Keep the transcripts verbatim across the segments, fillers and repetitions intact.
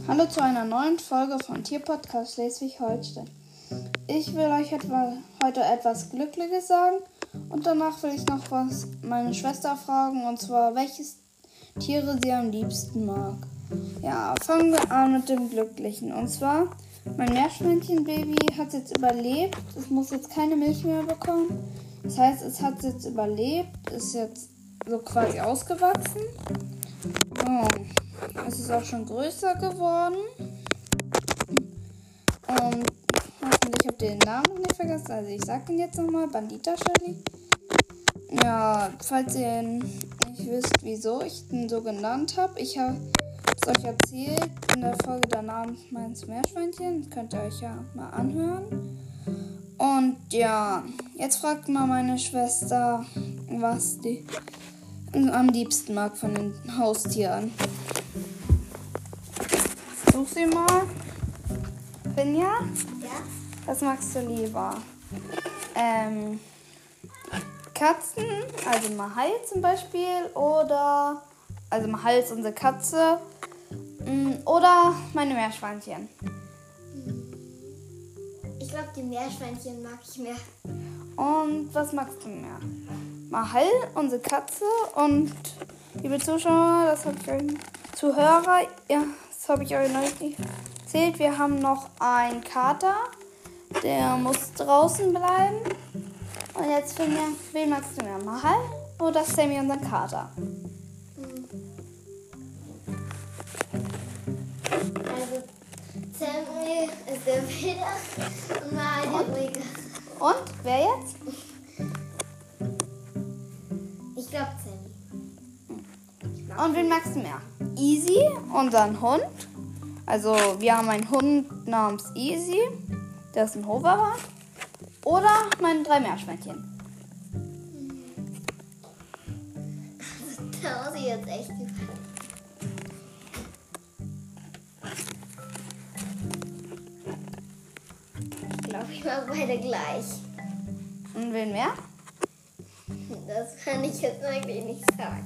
Hallo zu einer neuen Folge von Tierpodcast Schleswig-Holstein. Ich will euch etwa, heute etwas Glückliches sagen und danach will ich noch was meine Schwester fragen, und zwar, welches Tiere sie am liebsten mag. Ja, fangen wir an mit dem Glücklichen. Und zwar, mein Meerschweinchenbaby hat es jetzt überlebt. Es muss jetzt keine Milch mehr bekommen. Das heißt, es hat es jetzt überlebt, ist jetzt so quasi ausgewachsen. Oh, es ist auch schon größer geworden. Und hoffentlich habt ihr den Namen noch nicht vergessen. Also ich sag ihn jetzt nochmal, Bandita Shelly. Ja, falls ihr nicht wisst, wieso ich den so genannt habe. Ich habe es euch erzählt in der Folge Der Name meines Meerschweinchen. Das könnt ihr euch ja mal anhören. Und ja, jetzt fragt mal meine Schwester, was die am liebsten mag von den Haustieren. Such sie mal. Finja? Ja? Was magst du lieber? Ähm, Katzen, also Mahal zum Beispiel, oder, also Mahal ist unsere Katze, oder meine Meerschweinchen. Ich glaube, die Meerschweinchen mag ich mehr. Und was magst du mehr? Mahal, unsere Katze, und liebe Zuschauer, das habe ich euch, Zuhörer, ja, das habe ich euch noch nicht erzählt. Wir haben noch einen Kater, der muss draußen bleiben. Und jetzt finden wir, wen magst du mehr, Mahal oder Sammy, unseren Kater? Also, Sammy ist der Wilde und Mahal der Ruhige. Und, wer jetzt? Ich glaube Sammy. Und wen magst du mehr? Easy, unseren Hund. Also, wir haben einen Hund namens Easy. Der ist ein Hoverer. Oder meine drei Meerschweinchen. Da muss ich jetzt echt gefallen. Ich glaube, ich mag beide gleich. Und wen mehr? Das kann ich jetzt eigentlich nicht sagen.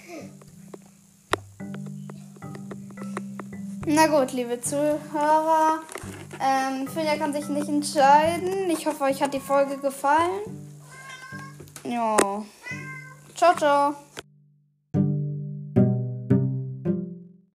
Na gut, liebe Zuhörer, ähm, Finja kann sich nicht entscheiden. Ich hoffe, euch hat die Folge gefallen. Ja. Ciao, ciao.